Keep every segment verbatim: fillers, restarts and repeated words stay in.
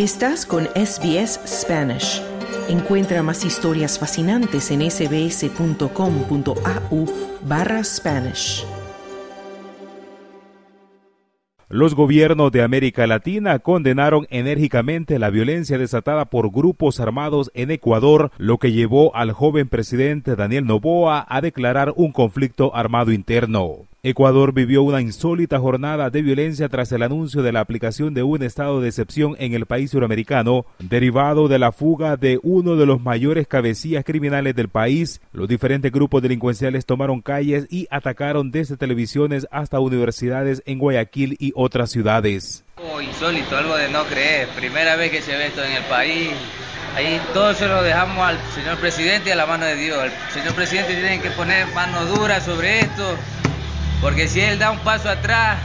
Estás con S B S Spanish. Encuentra más historias fascinantes en sbs.com.au barra Spanish. Los gobiernos de América Latina condenaron enérgicamente la violencia desatada por grupos armados en Ecuador, lo que llevó al joven presidente Daniel Noboa a declarar un conflicto armado interno. Ecuador vivió una insólita jornada de violencia tras el anuncio de la aplicación de un estado de excepción en el país suramericano, derivado de la fuga de uno de los mayores cabecillas criminales del país. Los diferentes grupos delincuenciales tomaron calles y atacaron desde televisiones hasta universidades en Guayaquil y otras ciudades. Oh, insólito, algo de no creer. Primera vez que se ve esto en el país. Ahí todo se lo dejamos al señor presidente y a la mano de Dios. El señor presidente tiene que poner mano dura sobre esto, porque si él da un paso atrás,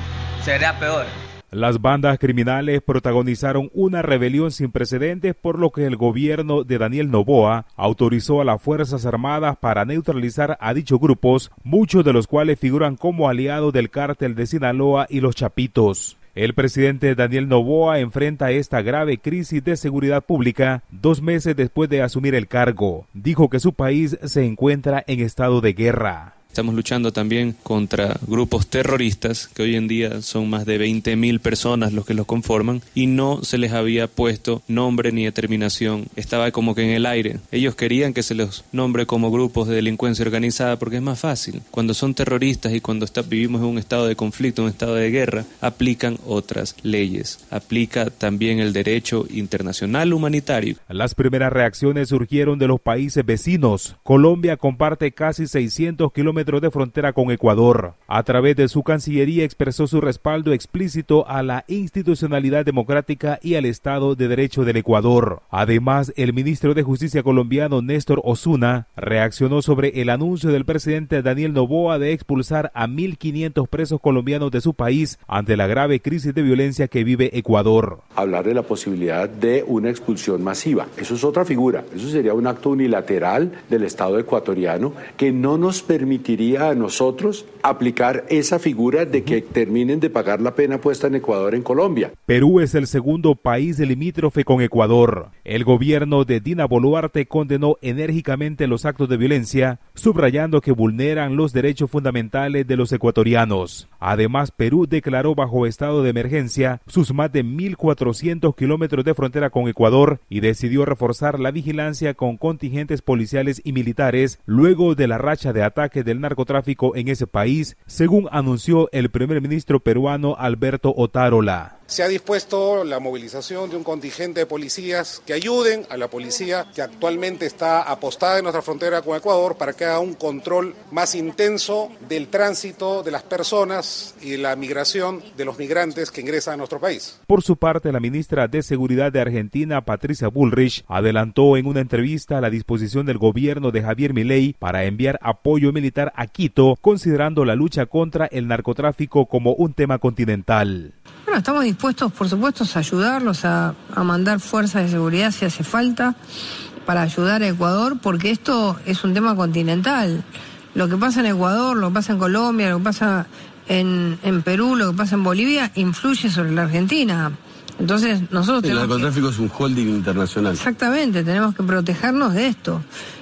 será peor. Las bandas criminales protagonizaron una rebelión sin precedentes, por lo que el gobierno de Daniel Noboa autorizó a las Fuerzas Armadas para neutralizar a dichos grupos, muchos de los cuales figuran como aliados del cártel de Sinaloa y los Chapitos. El presidente Daniel Noboa enfrenta esta grave crisis de seguridad pública dos meses después de asumir el cargo. Dijo que su país se encuentra en estado de guerra. Estamos luchando también contra grupos terroristas, que hoy en día son más de veinte mil personas los que los conforman, y no se les había puesto nombre ni determinación. Estaba como que en el aire. Ellos querían que se los nombre como grupos de delincuencia organizada porque es más fácil. Cuando son terroristas y cuando está, vivimos en un estado de conflicto, un estado de guerra, aplican otras leyes. Aplica también el derecho internacional humanitario. Las primeras reacciones surgieron de los países vecinos. Colombia comparte casi seiscientos kilómetros de frontera con Ecuador. A través de su Cancillería expresó su respaldo explícito a la institucionalidad democrática y al Estado de Derecho del Ecuador. Además, el ministro de Justicia colombiano Néstor Osuna reaccionó sobre el anuncio del presidente Daniel Noboa de expulsar a mil quinientos presos colombianos de su país ante la grave crisis de violencia que vive Ecuador. Hablar de la posibilidad de una expulsión masiva, eso es otra figura, eso sería un acto unilateral del Estado ecuatoriano que no nos permitiría a nosotros aplicar esa figura de que terminen de pagar la pena puesta en Ecuador en Colombia. Perú es el segundo país limítrofe con Ecuador. El gobierno de Dina Boluarte condenó enérgicamente los actos de violencia, subrayando que vulneran los derechos fundamentales de los ecuatorianos. Además, Perú declaró bajo estado de emergencia sus más de mil cuatrocientos kilómetros de frontera con Ecuador y decidió reforzar la vigilancia con contingentes policiales y militares luego de la racha de ataques del narcotráfico en ese país, según anunció el primer ministro peruano Alberto Otárola. Se ha dispuesto la movilización de un contingente de policías que ayuden a la policía que actualmente está apostada en nuestra frontera con Ecuador para que haga un control más intenso del tránsito de las personas y la migración de los migrantes que ingresan a nuestro país. Por su parte, la ministra de Seguridad de Argentina, Patricia Bullrich, adelantó en una entrevista la disposición del gobierno de Javier Milei para enviar apoyo militar a Quito, considerando la lucha contra el narcotráfico como un tema continental. Bueno, estamos dispuestos, por supuesto, a ayudarlos, a, a mandar fuerzas de seguridad si hace falta para ayudar a Ecuador, porque esto es un tema continental. Lo que pasa en Ecuador, lo que pasa en Colombia, lo que pasa en, en Perú, lo que pasa en Bolivia, influye sobre la Argentina. Entonces, nosotros el narcotráfico que... es un holding internacional. Exactamente, tenemos que protegernos de esto,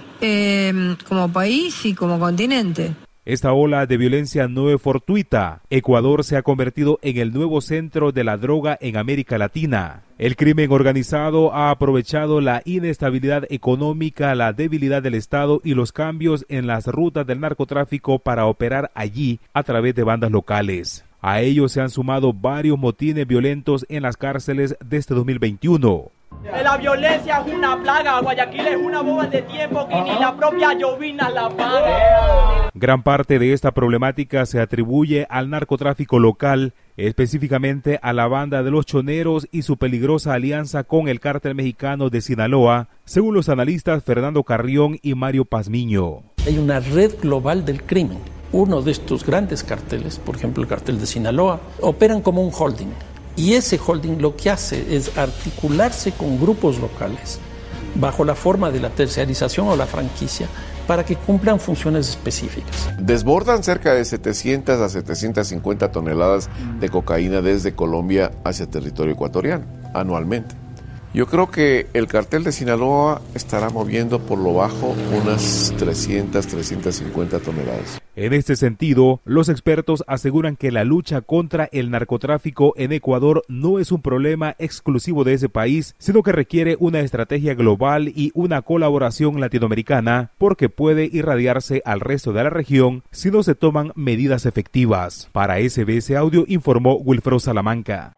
eh, como país y como continente. Esta ola de violencia no es fortuita. Ecuador se ha convertido en el nuevo centro de la droga en América Latina. El crimen organizado ha aprovechado la inestabilidad económica, la debilidad del Estado y los cambios en las rutas del narcotráfico para operar allí a través de bandas locales. A ello se han sumado varios motines violentos en las cárceles desde dos mil veintiuno. La violencia es una plaga, Guayaquil es una bomba de tiempo que ni la propia llovina la paga. Gran parte de esta problemática se atribuye al narcotráfico local, específicamente a la banda de los choneros y su peligrosa alianza con el cártel mexicano de Sinaloa, según los analistas Fernando Carrión y Mario Pazmiño. Hay una red global del crimen. Uno de estos grandes carteles, por ejemplo el cartel de Sinaloa, operan como un holding. Y ese holding lo que hace es articularse con grupos locales bajo la forma de la terciarización o la franquicia para que cumplan funciones específicas. Desbordan cerca de setecientas a setecientas cincuenta toneladas de cocaína desde Colombia hacia territorio ecuatoriano anualmente. Yo creo que el cartel de Sinaloa estará moviendo por lo bajo unas trescientas, trescientas cincuenta toneladas. En este sentido, los expertos aseguran que la lucha contra el narcotráfico en Ecuador no es un problema exclusivo de ese país, sino que requiere una estrategia global y una colaboración latinoamericana, porque puede irradiarse al resto de la región si no se toman medidas efectivas. Para S B S Audio informó Wilfredo Salamanca.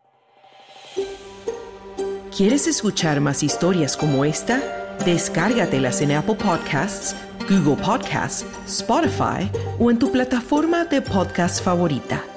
¿Quieres escuchar más historias como esta? Descárgatelas en Apple Podcasts, Google Podcasts, Spotify o en tu plataforma de podcast favorita.